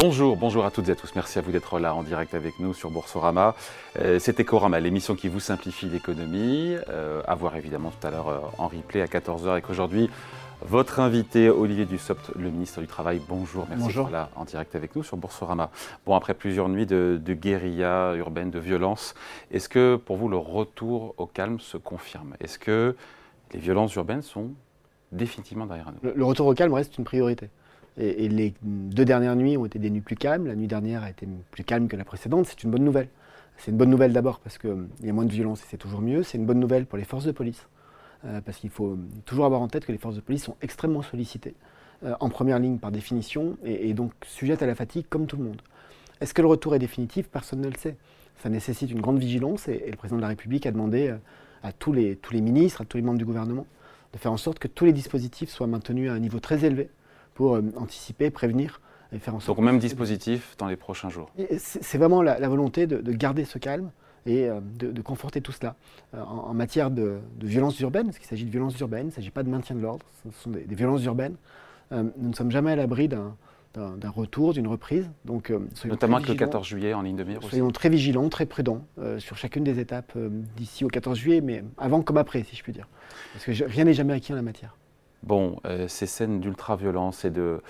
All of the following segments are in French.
Bonjour à toutes et à tous. Merci à vous d'être là en direct avec nous sur Boursorama. C'est Ecorama, l'émission qui vous simplifie l'économie. À voir évidemment tout à l'heure en replay à 14h avec aujourd'hui votre invité Olivier Dussopt, le ministre du Travail. Bonjour, merci d'être là en direct avec nous sur Boursorama. Bon, après plusieurs nuits de guérilla urbaine, de violence, est-ce que pour vous le retour au calme se confirme? Est-ce que les violences urbaines sont définitivement derrière nous? Le retour au calme reste une priorité. Et les 2 dernières nuits ont été des nuits plus calmes. La nuit dernière a été plus calme que la précédente. C'est une bonne nouvelle. C'est une bonne nouvelle d'abord parce qu'il y a moins de violence et c'est toujours mieux. C'est une bonne nouvelle pour les forces de police. Parce qu'il faut toujours avoir en tête que les forces de police sont extrêmement sollicitées, en première ligne par définition, et donc sujettes à la fatigue comme tout le monde. Est-ce que le retour est définitif? Personne ne le sait. Ça nécessite une grande vigilance et le président de la République a demandé à tous les ministres, à tous les membres du gouvernement, de faire en sorte que tous les dispositifs soient maintenus à un niveau très élevé pour anticiper, prévenir et faire en sorte... Donc même dispositif dans les prochains jours. C'est vraiment la volonté de garder ce calme et de conforter tout cela. En matière de violences urbaines, parce qu'il s'agit de violences urbaines, il ne s'agit pas de maintien de l'ordre, ce sont des violences urbaines. Nous ne sommes jamais à l'abri d'un retour, d'une reprise. Donc, notamment avec le 14 juillet en ligne de mire aussi. Soyons très vigilants, très prudents sur chacune des étapes d'ici au 14 juillet, mais avant comme après, si je puis dire. Parce que rien n'est jamais acquis en la matière. Bon, ces scènes d'ultra-violence et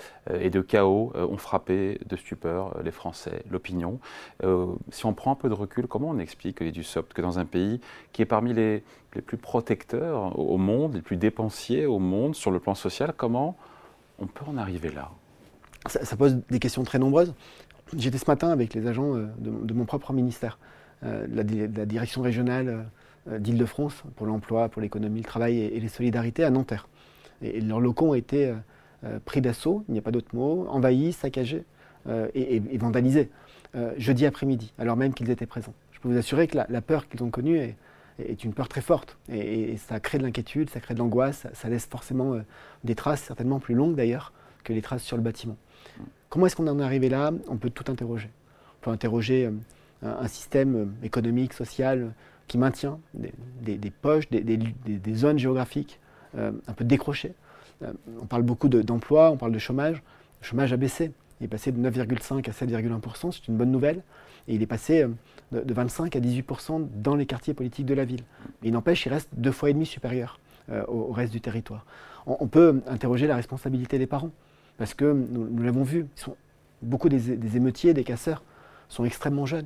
de chaos ont frappé de stupeur les Français, l'opinion. Si on prend un peu de recul, comment on explique, Olivier Dussopt, que dans un pays qui est parmi les plus protecteurs au monde, les plus dépensiers au monde sur le plan social, comment on peut en arriver là? Ça pose des questions très nombreuses. J'étais ce matin avec les agents de mon propre ministère, la direction régionale d'Île-de-France pour l'emploi, pour l'économie, le travail et les solidarités à Nanterre. Et leurs locaux ont été pris d'assaut, il n'y a pas d'autre mot, envahis, saccagés et vandalisés jeudi après-midi, alors même qu'ils étaient présents. Je peux vous assurer que la peur qu'ils ont connue est une peur très forte et ça crée de l'inquiétude, ça crée de l'angoisse, ça laisse forcément des traces certainement plus longues d'ailleurs que les traces sur le bâtiment. Comment est-ce qu'on en est arrivé là? On peut tout interroger. On peut interroger un système économique, social qui maintient des poches, des zones géographiques un peu décroché. On parle beaucoup d'emploi, on parle de chômage. Le chômage a baissé. Il est passé de 9,5 à 7,1%, c'est une bonne nouvelle. Et il est passé de 25 à 18% dans les quartiers politiques de la ville. Mais il n'empêche, il reste 2,5 fois supérieur au reste du territoire. On peut interroger la responsabilité des parents, parce que nous l'avons vu, beaucoup des émeutiers, des casseurs sont extrêmement jeunes,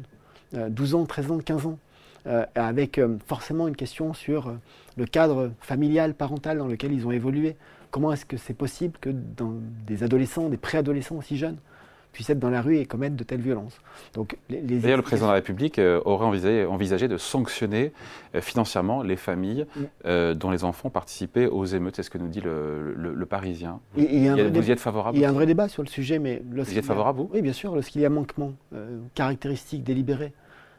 12 ans, 13 ans, 15 ans. Avec forcément une question sur le cadre familial, parental dans lequel ils ont évolué. Comment est-ce que c'est possible que des adolescents, des préadolescents aussi jeunes, puissent être dans la rue et commettre de telles violences? Donc, d'ailleurs, le président de la République aurait envisagé de sanctionner financièrement les familles dont les enfants participaient aux émeutes. C'est ce que nous dit le Parisien. Vous y êtes favorable? Il y a un vrai débat sur le sujet. Mais vous y êtes favorable, vous? Oui, bien sûr. Lorsqu'il y a manquement caractéristique, délibéré,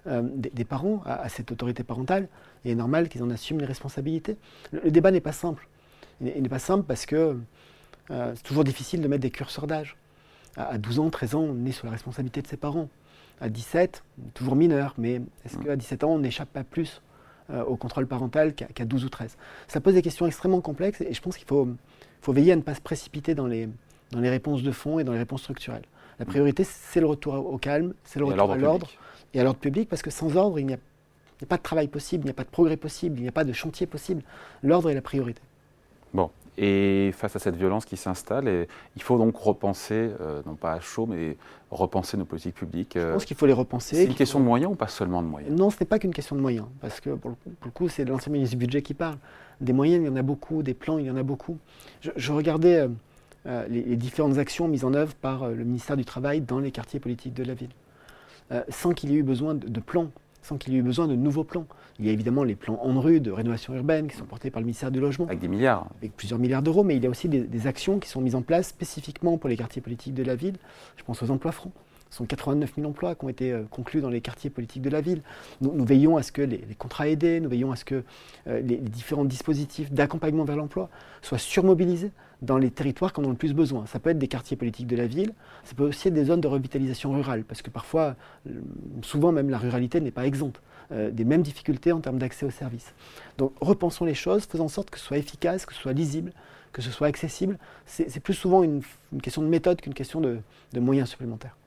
des parents à cette autorité parentale, il est normal qu'ils en assument les responsabilités. Le débat n'est pas simple. Il n'est pas simple parce que c'est toujours difficile de mettre des curseurs d'âge. À 12 ans, 13 ans, on est sous la responsabilité de ses parents. À 17, toujours mineur, mais est-ce qu'à 17 ans, on n'échappe pas plus au contrôle parental qu'à 12 ou 13? Ça pose des questions extrêmement complexes et je pense qu'il faut veiller à ne pas se précipiter dans les réponses de fond et dans les réponses structurelles. La priorité, c'est le retour au calme, c'est le retour à l'ordre. Et à l'ordre public, parce que sans ordre, il n'y a pas de travail possible, il n'y a pas de progrès possible, il n'y a pas de chantier possible. L'ordre est la priorité. Bon, et face à cette violence qui s'installe, il faut donc repenser, non pas à chaud, mais repenser nos politiques publiques. Je pense qu'il faut les repenser. C'est une question de moyens ou pas seulement de moyens? Non, ce n'est pas qu'une question de moyens, parce que pour le coup, c'est l'ancien ministre du Budget qui parle. Des moyens, il y en a beaucoup, des plans, il y en a beaucoup. Je regardais les différentes actions mises en œuvre par le ministère du Travail dans les quartiers politiques de la ville. Sans qu'il y ait eu besoin de plans, sans qu'il y ait eu besoin de nouveaux plans. Il y a évidemment les plans ANRU de rénovation urbaine qui sont portés par le ministère du Logement. Avec des milliards. Avec plusieurs milliards d'euros, mais il y a aussi des actions qui sont mises en place spécifiquement pour les quartiers politiques de la ville. Je pense aux emplois francs. Ce sont 89 000 emplois qui ont été conclus dans les quartiers politiques de la ville. Nous veillons à ce que les contrats aidés, nous veillons à ce que les différents dispositifs d'accompagnement vers l'emploi soient surmobilisés dans les territoires qui en ont le plus besoin. Ça peut être des quartiers politiques de la ville, ça peut aussi être des zones de revitalisation rurale, parce que parfois, souvent même la ruralité n'est pas exempte des mêmes difficultés en termes d'accès aux services. Donc repensons les choses, faisons en sorte que ce soit efficace, que ce soit lisible, que ce soit accessible. C'est plus souvent une question de méthode qu'une question de moyens supplémentaires.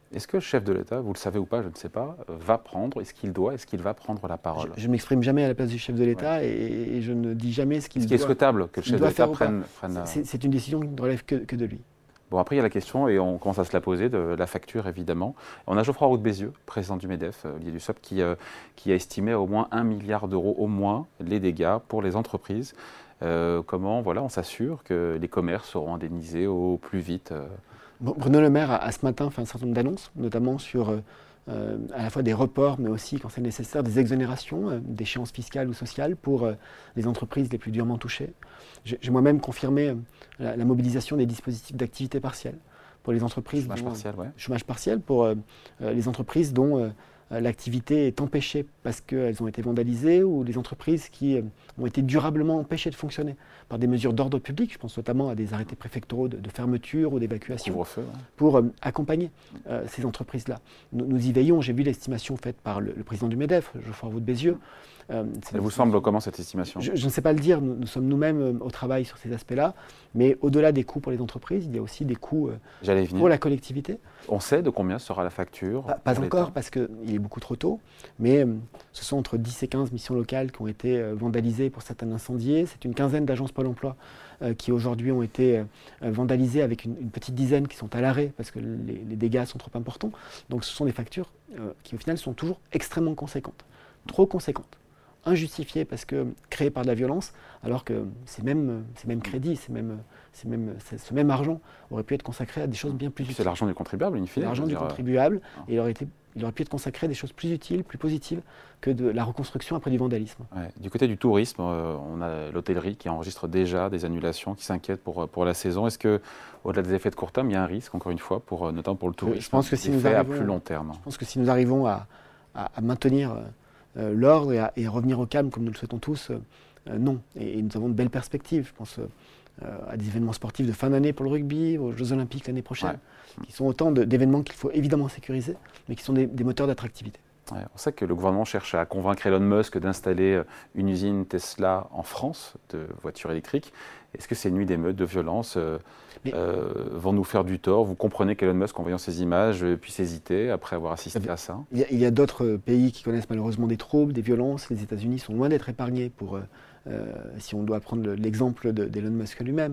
Est-ce que le chef de l'État, vous le savez ou pas, je ne sais pas, est-ce qu'il va prendre la parole? Je ne m'exprime jamais à la place du chef de l'État et je ne dis jamais ce qu'il doit. Est-ce qu'il est souhaitable que le chef de l'État prenne C'est une décision qui ne relève que de lui. Bon, après, il y a la question, et on commence à se la poser, de la facture, évidemment. On a Geoffroy Roux de Bézieux, président du MEDEF, Olivier Dussopt, qui a estimé à au moins 1 milliard d'euros, au moins, les dégâts pour les entreprises. Comment on s'assure que les commerces seront indemnisés au plus vite Bruno Le Maire a ce matin fait un certain nombre d'annonces, notamment sur à la fois des reports, mais aussi, quand c'est nécessaire, des exonérations d'échéances fiscales ou sociales pour les entreprises les plus durement touchées. J'ai moi-même confirmé la mobilisation des dispositifs d'activité partielle pour les entreprises. Chômage partiel pour les entreprises dont l'activité est empêchée parce qu'elles ont été vandalisées, ou les entreprises qui ont été durablement empêchées de fonctionner par des mesures d'ordre public. Je pense notamment à des arrêtés préfectoraux de fermeture ou d'évacuation pour accompagner ces entreprises-là. Nous y veillons. J'ai vu l'estimation faite par le président du MEDEF, Geoffroy Roux de Bézieux. Elle vous semble comment cette estimation? Je ne sais pas le dire, nous sommes nous-mêmes au travail sur ces aspects-là, mais au-delà des coûts pour les entreprises, il y a aussi des coûts pour la collectivité. On sait de combien sera la facture? Pas encore, parce qu'il est beaucoup trop tôt, mais ce sont entre 10 et 15 missions locales qui ont été vandalisées, pour certaines incendiées. C'est une quinzaine d'agences Pôle emploi qui aujourd'hui ont été vandalisées, avec une petite dizaine qui sont à l'arrêt parce que les dégâts sont trop importants. Donc ce sont des factures qui au final sont toujours extrêmement conséquentes, trop conséquentes, injustifiées parce que créées par de la violence, alors que ces mêmes crédits, ce même argent aurait pu être consacré à des choses bien plus utiles. C'est l'argent du contribuable, in fine. C'est l'argent du contribuable, et il aurait pu être consacré à des choses plus utiles, plus positives que de la reconstruction après du vandalisme. Ouais. Du côté du tourisme, on a l'hôtellerie qui enregistre déjà des annulations, qui s'inquiète pour la saison. Est-ce que, au-delà des effets de court terme, il y a un risque, encore une fois, notamment pour le tourisme, je pense que si nous arrivons, à plus long terme? Je pense que si nous arrivons à maintenir l'ordre et à revenir au calme, comme nous le souhaitons tous, non. Et nous avons de belles perspectives. Je pense à des événements sportifs de fin d'année pour le rugby, aux Jeux Olympiques l'année prochaine, qui sont autant d'événements qu'il faut évidemment sécuriser, mais qui sont des moteurs d'attractivité. Ouais, on sait que le gouvernement cherche à convaincre Elon Musk d'installer une usine Tesla en France de voitures électriques. Est-ce que ces nuits d'émeutes, de violence vont nous faire du tort? Vous comprenez qu'Elon Musk, en voyant ces images, puisse hésiter après avoir assisté à ça? Il y a d'autres pays qui connaissent malheureusement des troubles, des violences. Les États-Unis sont loin d'être épargnés, si on doit prendre l'exemple d'Elon Musk lui-même.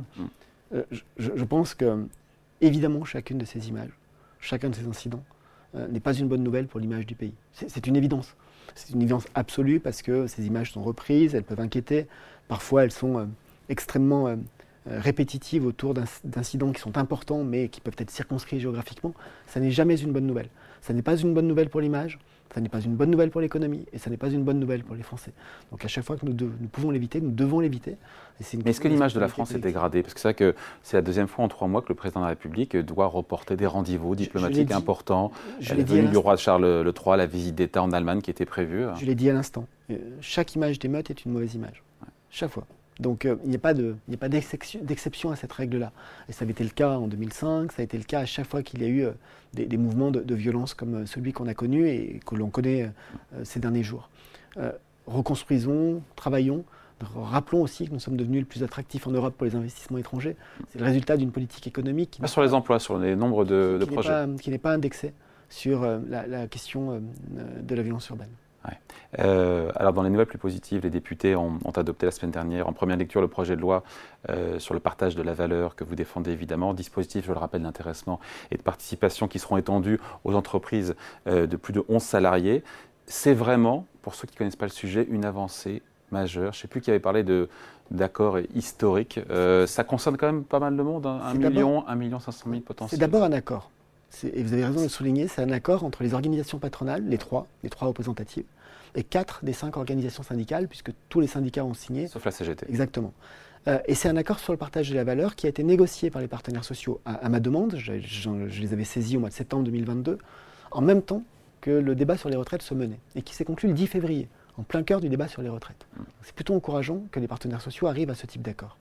Je pense que, évidemment, chacune de ces images, chacun de ces incidents, n'est pas une bonne nouvelle pour l'image du pays. C'est une évidence. C'est une évidence absolue parce que ces images sont reprises, elles peuvent inquiéter. Parfois, elles sont extrêmement répétitives autour d'incidents qui sont importants mais qui peuvent être circonscrits géographiquement. Ça n'est jamais une bonne nouvelle. Ça n'est pas une bonne nouvelle pour l'image, ça n'est pas une bonne nouvelle pour l'économie et ça n'est pas une bonne nouvelle pour les Français. Donc à chaque fois que nous pouvons l'éviter, nous devons l'éviter. Mais est-ce que l'image de la France est dégradée? Parce que c'est vrai que c'est la deuxième fois en 3 mois que le président de la République doit reporter des rendez-vous diplomatiques importants. La venue du roi Charles III, la visite d'État en Allemagne qui était prévue. Je l'ai dit à l'instant. Chaque image d'émeute est une mauvaise image. Chaque fois. Donc il n'y a pas d'exception à cette règle-là. Et ça avait été le cas en 2005, ça a été le cas à chaque fois qu'il y a eu des mouvements de violence comme celui qu'on a connu et que l'on connaît ces derniers jours. Reconstruisons, travaillons. Rappelons aussi que nous sommes devenus le plus attractif en Europe pour les investissements étrangers. C'est le résultat d'une politique économique sur les emplois, sur les nombres de projets. Qui n'est pas indexée sur la question de la violence urbaine. Ouais. Alors dans les nouvelles plus positives, les députés ont adopté la semaine dernière en première lecture le projet de loi sur le partage de la valeur que vous défendez évidemment. Dispositif, je le rappelle, d'intéressement et de participation qui seront étendus aux entreprises de plus de 11 salariés. C'est vraiment, pour ceux qui ne connaissent pas le sujet, une avancée majeure. Je ne sais plus qui avait parlé d'accord historique. Ça concerne quand même pas mal de monde, 1 million 500 000 potentiels. C'est d'abord un accord. Et vous avez raison de le souligner, c'est un accord entre les organisations patronales, les trois représentatives, et 4 des 5 organisations syndicales, puisque tous les syndicats ont signé. Sauf la CGT. Exactement. Et c'est un accord sur le partage de la valeur qui a été négocié par les partenaires sociaux à ma demande. Je les avais saisis au mois de septembre 2022, en même temps que le débat sur les retraites se menait, et qui s'est conclu le 10 février, en plein cœur du débat sur les retraites. C'est plutôt encourageant que les partenaires sociaux arrivent à ce type d'accord.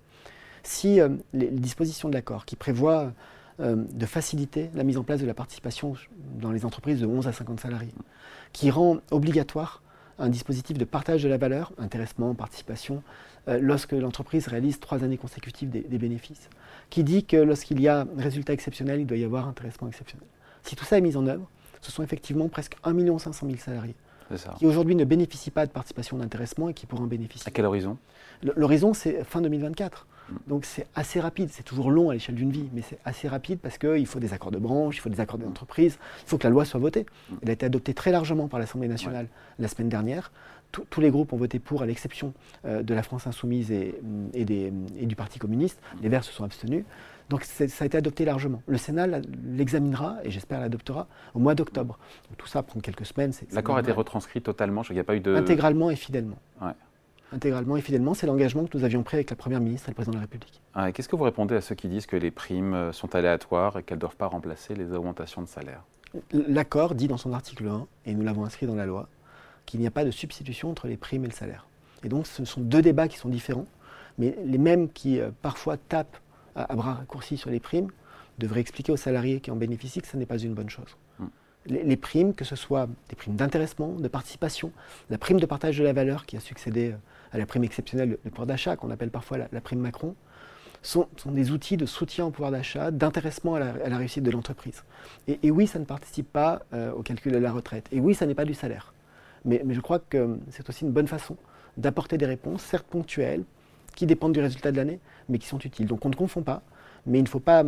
Si les dispositions de l'accord qui prévoient de faciliter la mise en place de la participation dans les entreprises de 11 à 50 salariés, qui rend obligatoire un dispositif de partage de la valeur, intéressement, participation, lorsque l'entreprise réalise 3 années consécutives des bénéfices, qui dit que lorsqu'il y a résultat exceptionnel, il doit y avoir intéressement exceptionnel. Si tout ça est mis en œuvre, ce sont effectivement presque 1 500 000 salariés C'est ça. qui aujourd'hui ne bénéficient pas de participation d'intéressement et qui pourront en bénéficier. À quel horizon? L'horizon, c'est fin 2024. Donc c'est assez rapide, c'est toujours long à l'échelle d'une vie, mais c'est assez rapide parce qu'il faut des accords de branche, il faut des accords d'entreprise, il faut que la loi soit votée. Elle a été adoptée très largement par l'Assemblée nationale la semaine dernière. Tous les groupes ont voté pour, à l'exception de la France Insoumise et du Parti communiste. Les Verts se sont abstenus. Donc ça a été adopté largement. Le Sénat l'examinera, et j'espère l'adoptera, au mois d'octobre. Donc, tout ça prend quelques semaines. L'accord a été retranscrit totalement, il n'y a pas eu de... Intégralement et fidèlement. Ouais. Intégralement et fidèlement, c'est l'engagement que nous avions pris avec la Première ministre et le Président de la République. Qu'est-ce que vous répondez à ceux qui disent que les primes sont aléatoires et qu'elles ne doivent pas remplacer les augmentations de salaire? L'accord dit dans son article 1, et nous l'avons inscrit dans la loi, qu'il n'y a pas de substitution entre les primes et le salaire. Et donc ce sont deux débats qui sont différents, mais les mêmes qui parfois tapent à bras raccourcis sur les primes devraient expliquer aux salariés qui en bénéficient que ce n'est pas une bonne chose. Les primes, que ce soit des primes d'intéressement, de participation, la prime de partage de la valeur qui a succédé à la prime exceptionnelle de pouvoir d'achat, qu'on appelle parfois la prime Macron, sont des outils de soutien au pouvoir d'achat, d'intéressement à la réussite de l'entreprise. Et oui, ça ne participe pas au calcul de la retraite. Et oui, ça n'est pas du salaire. Mais je crois que c'est aussi une bonne façon d'apporter des réponses, certes ponctuelles, qui dépendent du résultat de l'année, mais qui sont utiles. Donc on ne confond pas, mais il ne faut pas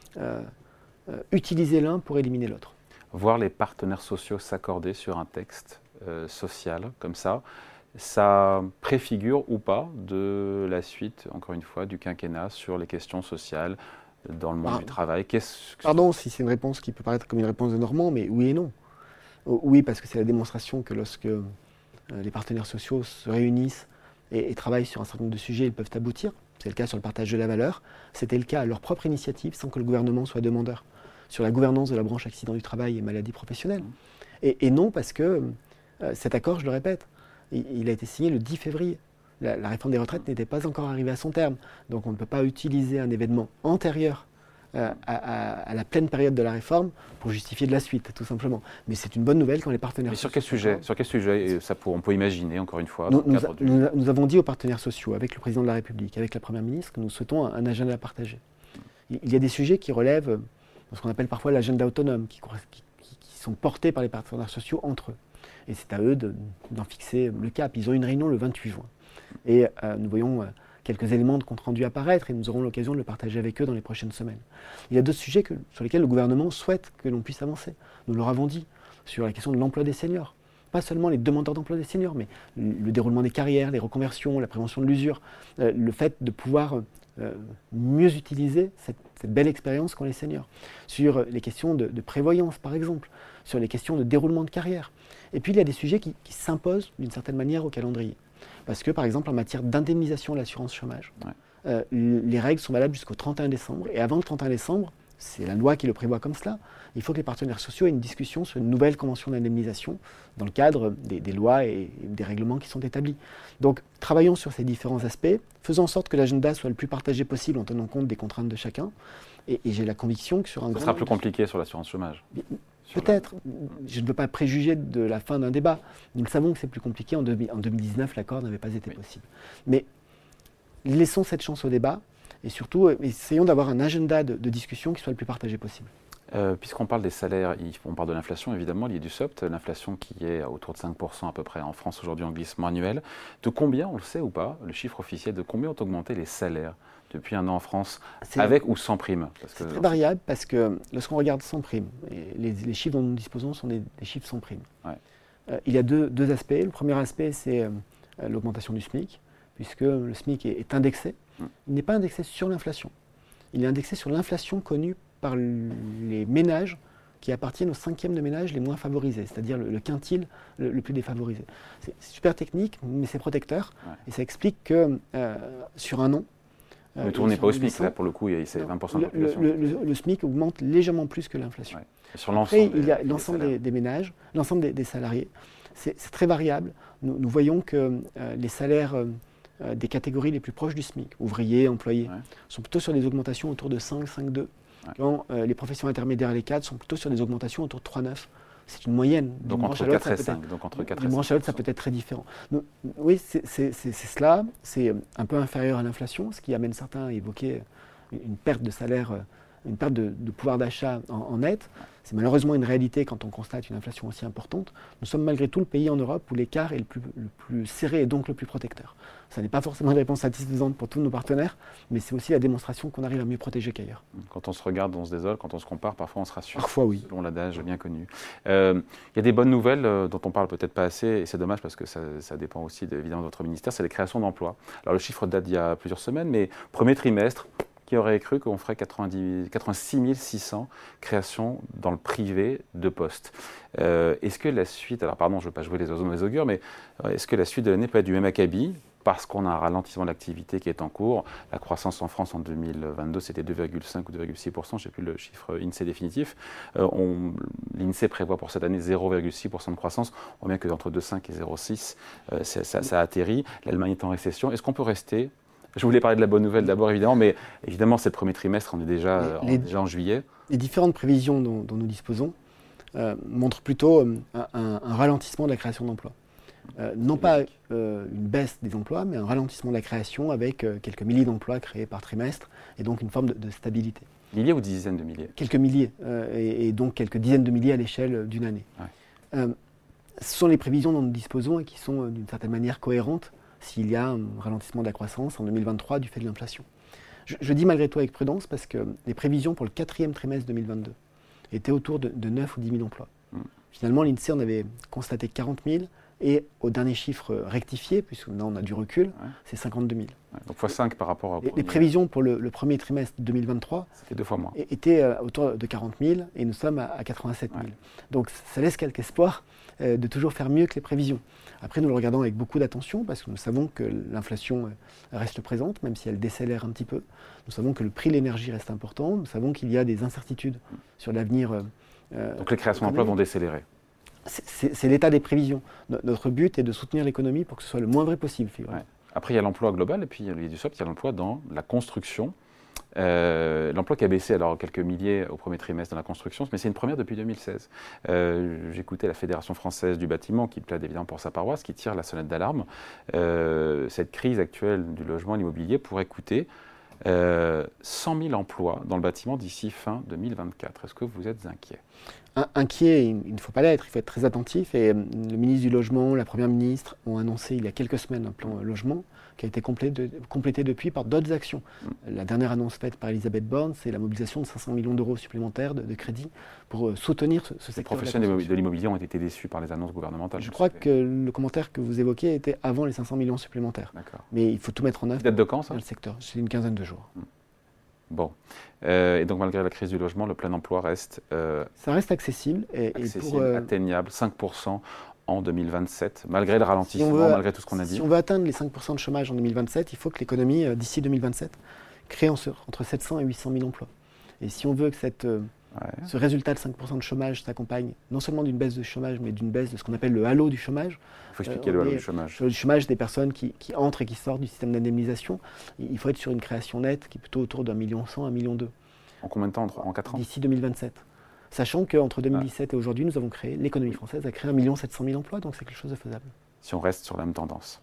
utiliser l'un pour éliminer l'autre. Voir les partenaires sociaux s'accorder sur un texte social comme ça préfigure ou pas de la suite, encore une fois, du quinquennat sur les questions sociales dans le monde du travail? Pardon si c'est une réponse qui peut paraître comme une réponse de Normand, mais oui et non. Oui, parce que c'est la démonstration que lorsque les partenaires sociaux se réunissent et travaillent sur un certain nombre de sujets, ils peuvent aboutir. C'est le cas sur le partage de la valeur. C'était le cas à leur propre initiative, sans que le gouvernement soit demandeur, sur la gouvernance de la branche accident du travail et maladies professionnelles. Et non, parce que cet accord, je le répète, il a été signé le 10 février. La réforme des retraites n'était pas encore arrivée à son terme. Donc on ne peut pas utiliser un événement antérieur à la pleine période de la réforme pour justifier de la suite, tout simplement. Mais c'est une bonne nouvelle quand les partenaires... Mais sur quel sujet on peut imaginer, encore une fois, nous avons dit aux partenaires sociaux, avec le Président de la République, avec la Première ministre, que nous souhaitons un agenda partagé. Il y a des sujets qui relèvent ce qu'on appelle parfois l'agenda autonome, qui sont portés par les partenaires sociaux entre eux. Et c'est à eux d'en fixer le cap. Ils ont une réunion le 28 juin. Et nous voyons quelques éléments de compte rendu apparaître et nous aurons l'occasion de le partager avec eux dans les prochaines semaines. Il y a d'autres sujets sur lesquels le gouvernement souhaite que l'on puisse avancer. Nous leur avons dit sur la question de l'emploi des seniors. Pas seulement les demandeurs d'emploi des seniors, mais le déroulement des carrières, les reconversions, la prévention de l'usure, le fait de pouvoir mieux utiliser cette belle expérience qu'ont les seniors. Sur les questions de prévoyance, par exemple, sur les questions de déroulement de carrière. Et puis il y a des sujets qui s'imposent d'une certaine manière au calendrier. Parce que, par exemple, en matière d'indemnisation de l'assurance chômage, les règles sont valables jusqu'au 31 décembre. Et avant le 31 décembre, c'est la loi qui le prévoit comme cela, il faut que les partenaires sociaux aient une discussion sur une nouvelle convention d'indemnisation dans le cadre des lois et des règlements qui sont établis. Donc, travaillons sur ces différents aspects, faisons en sorte que l'agenda soit le plus partagé possible en tenant compte des contraintes de chacun. Et j'ai la conviction que sur un Ça sera plus compliqué sur l'assurance chômage. Peut-être. Je ne veux pas préjuger de la fin d'un débat. Nous le savons que c'est plus compliqué. En 2019, l'accord n'avait pas été possible. Mais laissons cette chance au débat et surtout, essayons d'avoir un agenda de discussion qui soit le plus partagé possible. Puisqu'on parle des salaires, on parle de l'inflation évidemment, liée du SOPT, l'inflation qui est autour de 5% à peu près en France aujourd'hui en glissement annuel. De combien, on le sait ou pas, le chiffre officiel, de combien ont augmenté les salaires depuis un an en France, avec ou sans prime? C'est très variable parce que lorsqu'on regarde sans prime, et les chiffres dont nous disposons sont des chiffres sans prime. Il y a deux aspects. Le premier aspect, c'est l'augmentation du SMIC, puisque le SMIC est indexé. Il n'est pas indexé sur l'inflation. Il est indexé sur l'inflation connue par les ménages qui appartiennent au 5e de ménages les moins favorisés, c'est-à-dire le quintile le plus défavorisé. C'est super technique, mais c'est protecteur. Et ça explique que sur un an, ne tournez pas au SMIC, là, pour le coup, c'est 20% de la population. Le SMIC augmente légèrement plus que l'inflation. Sur l'ensemble il y a l'ensemble des ménages, l'ensemble des salariés. C'est très variable. Nous voyons que les salaires des catégories les plus proches du SMIC, ouvriers, employés, sont plutôt sur des augmentations autour de 5, 5,2. Quand les professions intermédiaires et les cadres sont plutôt sur des augmentations autour de 3,9. C'est une moyenne. Donc entre 4 et 5. Donc entre 4 et 5. Branche à l'autre, ça peut être très différent. Donc, oui, c'est cela. C'est un peu inférieur à l'inflation, ce qui amène certains à évoquer une perte de salaire une perte de pouvoir d'achat en net. C'est malheureusement une réalité quand on constate une inflation aussi importante. Nous sommes malgré tout le pays en Europe où l'écart est le plus serré et donc le plus protecteur. Ça n'est pas forcément une réponse satisfaisante pour tous nos partenaires, mais c'est aussi la démonstration qu'on arrive à mieux protéger qu'ailleurs. Quand on se regarde, on se désole. Quand on se compare, parfois on se rassure. Parfois, oui. Selon l'adage bien connu. Il y a des bonnes nouvelles dont on parle peut-être pas assez, et c'est dommage parce que ça dépend aussi évidemment de votre ministère, c'est les créations d'emplois. Alors le chiffre date d'il y a plusieurs semaines, mais premier trimestre, qui aurait cru qu'on ferait 86 600 créations dans le privé de postes. Est-ce que la suite, alors pardon, je ne veux pas jouer les oiseaux de mauvais augure, mais est-ce que la suite de l'année peut être du même acabit parce qu'on a un ralentissement de l'activité qui est en cours? La croissance en France en 2022, c'était 2,5 ou 2,6%, je ne sais plus le chiffre INSEE définitif. L'INSEE prévoit pour cette année 0,6% de croissance. On voit bien qu'entre 2,5 et 0,6, ça atterrit. L'Allemagne est en récession. Est-ce qu'on peut rester? Je voulais parler de la bonne nouvelle d'abord, évidemment, mais évidemment, c'est le premier trimestre, on est déjà en juillet. Les différentes prévisions dont nous disposons montrent plutôt un ralentissement de la création d'emplois. Non pas une baisse des emplois, mais un ralentissement de la création avec quelques milliers d'emplois créés par trimestre, et donc une forme de stabilité. Milliers ou dizaines de milliers? Quelques milliers, et donc quelques dizaines de milliers à l'échelle d'une année. Ouais. Ce sont les prévisions dont nous disposons et qui sont d'une certaine manière cohérentes s'il y a un ralentissement de la croissance en 2023 du fait de l'inflation. Je dis malgré tout avec prudence parce que les prévisions pour le 4e trimestre 2022 étaient autour de 9 ou 10 000 emplois. Finalement, l'INSEE en avait constaté 40 000 et au dernier chiffre rectifié, puisque maintenant on a du recul, c'est 52 000. Donc x5 par rapport au Les prévisions pour le premier trimestre 2023 c'était 2 fois moins. Étaient autour de 40 000 et nous sommes à 87 000. Donc ça laisse quelque espoir de toujours faire mieux que les prévisions. Après, nous le regardons avec beaucoup d'attention parce que nous savons que l'inflation reste présente, même si elle décélère un petit peu. Nous savons que le prix de l'énergie reste important. Nous savons qu'il y a des incertitudes sur l'avenir. Donc les créations d'emplois vont décélérer. C'est l'état des prévisions. Notre but est de soutenir l'économie pour que ce soit le moins vrai possible. Après, il y a l'emploi global et puis il y a l'emploi dans la construction. L'emploi qui a baissé alors quelques milliers au premier trimestre dans la construction, mais c'est une première depuis 2016. J'écoutais la Fédération française du bâtiment qui plaide évidemment pour sa paroisse, qui tire la sonnette d'alarme. Cette crise actuelle du logement et de l'immobilier pourrait coûter 100 000 emplois dans le bâtiment d'ici fin 2024. Est-ce que vous êtes inquiet? Inquiet, il ne faut pas l'être, il faut être très attentif. Et le ministre du Logement, la Première ministre ont annoncé il y a quelques semaines un plan logement qui a été complété depuis par d'autres actions. La dernière annonce faite par Elisabeth Borne, c'est la mobilisation de 500 millions d'euros supplémentaires de crédit pour soutenir ce secteur. Les professionnels de l'immobilier ont été déçus par les annonces gouvernementales. Je crois que le commentaire que vous évoquez était avant les 500 millions supplémentaires. Mais il faut tout mettre en œuvre. Date de quand ça? Dans le secteur, c'est une quinzaine de jours. Bon. Et donc malgré la crise du logement, le plein emploi reste... ça reste accessible. Atteignable, 5% en 2027, malgré le ralentissement, malgré tout ce qu'on a dit. Si on veut atteindre les 5% de chômage en 2027, il faut que l'économie, d'ici 2027, crée entre 700 et 800 000 emplois. Et si on veut que ce résultat de 5% de chômage s'accompagne non seulement d'une baisse de chômage, mais d'une baisse de ce qu'on appelle le halo du chômage. Il faut expliquer le halo du chômage. Le chômage des personnes qui entrent et qui sortent du système d'indemnisation. Il faut être sur une création nette qui est plutôt autour d'1,1 million, 1,2 million. En combien de temps? En 4 ans? D'ici 2027. Sachant qu'entre 2017 et aujourd'hui, nous avons créé, l'économie française a créé 1 700 000 emplois, donc c'est quelque chose de faisable. Si on reste sur la même tendance.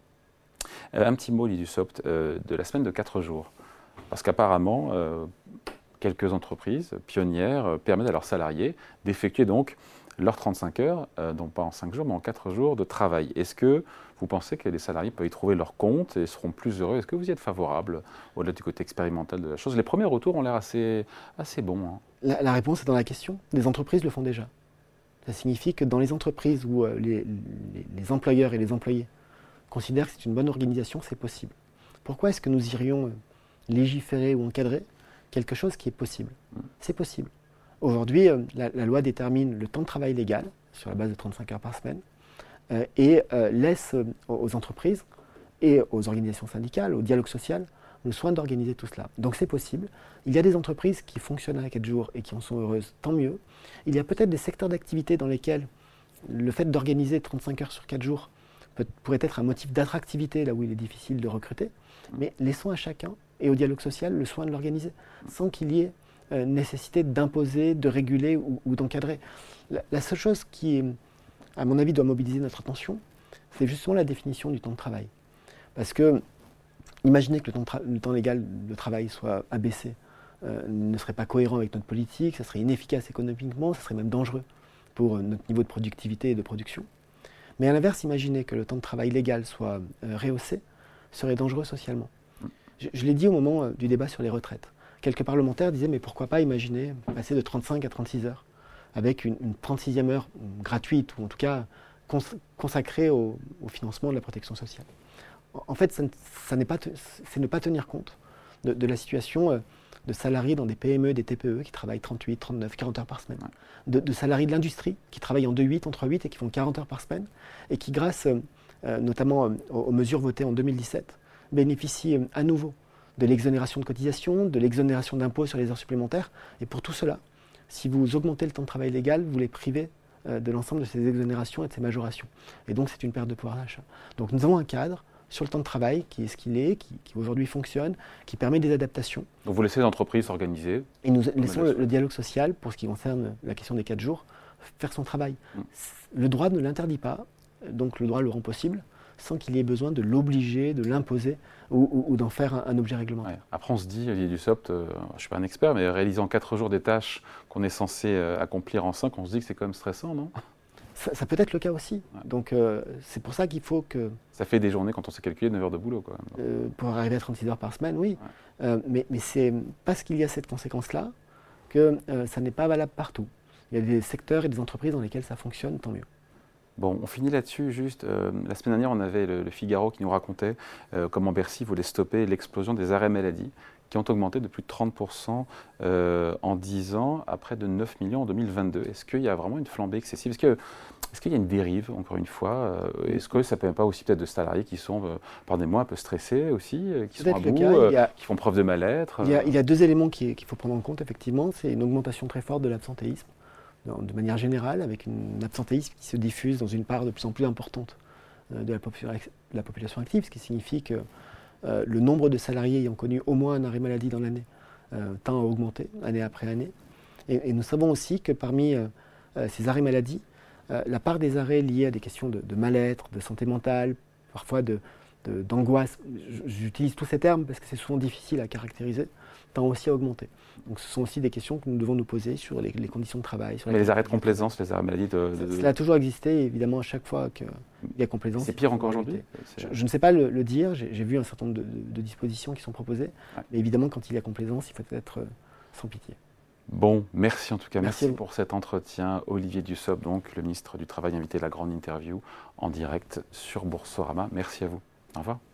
Un petit mot, Lydie Dussopt, de la semaine de 4 jours. Parce qu'apparemment, quelques entreprises pionnières permettent à leurs salariés d'effectuer donc leurs 35 heures, non pas en 5 jours, mais en 4 jours de travail. Est-ce que vous pensez que les salariés peuvent y trouver leur compte et seront plus heureux? Est-ce que vous y êtes favorable au-delà du côté expérimental de la chose? Les premiers retours ont l'air assez bons. Hein. La réponse est dans la question. Les entreprises le font déjà. Ça signifie que dans les entreprises où les employeurs et les employés considèrent que c'est une bonne organisation, c'est possible. Pourquoi est-ce que nous irions légiférer ou encadrer quelque chose qui est possible? C'est possible. Aujourd'hui, la loi détermine le temps de travail légal sur la base de 35 heures par semaine et laisse aux entreprises et aux organisations syndicales, au dialogue social, le soin d'organiser tout cela. Donc c'est possible. Il y a des entreprises qui fonctionnent à 4 jours et qui en sont heureuses, tant mieux. Il y a peut-être des secteurs d'activité dans lesquels le fait d'organiser 35 heures sur 4 jours pourrait être un motif d'attractivité là où il est difficile de recruter. Mais laissons à chacun et au dialogue social le soin de l'organiser, sans qu'il y ait nécessité d'imposer, de réguler ou d'encadrer. La seule chose qui, à mon avis, doit mobiliser notre attention, c'est justement la définition du temps de travail. Parce que, imaginez que le temps légal de travail soit abaissé ne serait pas cohérent avec notre politique, ça serait inefficace économiquement, ça serait même dangereux pour notre niveau de productivité et de production. Mais à l'inverse, imaginer que le temps de travail légal soit rehaussé serait dangereux socialement. Je l'ai dit au moment du débat sur les retraites. Quelques parlementaires disaient, mais pourquoi pas imaginer passer de 35 à 36 heures, avec une 36e heure gratuite, ou en tout cas consacrée au financement de la protection sociale. En fait, c'est ne pas tenir compte de la situation de salariés dans des PME, des TPE qui travaillent 38, 39, 40 heures par semaine. De salariés de l'industrie qui travaillent en 2-8, entre 8 et qui font 40 heures par semaine et qui, grâce notamment aux mesures votées en 2017, bénéficient à nouveau de l'exonération de cotisation, de l'exonération d'impôts sur les heures supplémentaires. Et pour tout cela, si vous augmentez le temps de travail légal, vous les privez de l'ensemble de ces exonérations et de ces majorations. Et donc c'est une perte de pouvoir d'achat. Donc nous avons un cadre sur le temps de travail qui est ce qu'il est, qui aujourd'hui fonctionne, qui permet des adaptations. Donc vous laissez les entreprises s'organiser. Et nous laissons le dialogue social, pour ce qui concerne la question des 4 jours, faire son travail. Le droit ne l'interdit pas, donc le droit le rend possible, sans qu'il y ait besoin de l'obliger, de l'imposer ou d'en faire un objet réglementaire. Ouais. Après on se dit, Olivier Dussopt, je ne suis pas un expert, mais réalisant 4 jours des tâches qu'on est censé accomplir en 5, on se dit que c'est quand même stressant, non ? Ça peut être le cas aussi. Ouais. Donc c'est pour ça qu'il faut que... Ça fait des journées, quand on s'est calculé, 9 heures de boulot quand même. Pour arriver à 36 heures par semaine, oui. Ouais. Mais c'est parce qu'il y a cette conséquence-là que ça n'est pas valable partout. Il y a des secteurs et des entreprises dans lesquels ça fonctionne, tant mieux. Bon, on finit là-dessus juste. La semaine dernière, on avait le Figaro qui nous racontait comment Bercy voulait stopper l'explosion des arrêts maladie qui ont augmenté de plus de 30% en 10 ans, à près de 9 millions en 2022. Est-ce qu'il y a vraiment une flambée excessive ? Est-ce qu'il y a une dérive, encore une fois ? Est-ce que ça ne permet pas aussi peut-être de salariés qui sont, pardonnez-moi, un peu stressés aussi, qui sont à bout, qui font preuve de mal-être Il y a 2 éléments qu'il faut prendre en compte, effectivement. C'est une augmentation très forte de l'absentéisme, de manière générale, avec un absentéisme qui se diffuse dans une part de plus en plus importante de la population active, ce qui signifie que le nombre de salariés ayant connu au moins un arrêt maladie dans l'année tend à augmenter année après année. Et nous savons aussi que parmi ces arrêts maladie, la part des arrêts liés à des questions de mal-être, de santé mentale, parfois d'angoisse, j'utilise tous ces termes parce que c'est souvent difficile à caractériser, tend aussi à augmenter. Donc ce sont aussi des questions que nous devons nous poser sur les conditions de travail. Mais les arrêts de complaisance, les arrêts maladie Cela a toujours existé, évidemment, à chaque fois qu'il y a complaisance. C'est pire encore aujourd'hui ? Je ne sais pas le dire, j'ai vu un certain nombre de dispositions qui sont proposées, mais évidemment, quand il y a complaisance, il faut être sans pitié. Bon, merci en tout cas, merci pour cet entretien. Olivier Dussopt, donc le ministre du Travail, invité à la grande interview en direct sur Boursorama. Merci à vous. Au revoir.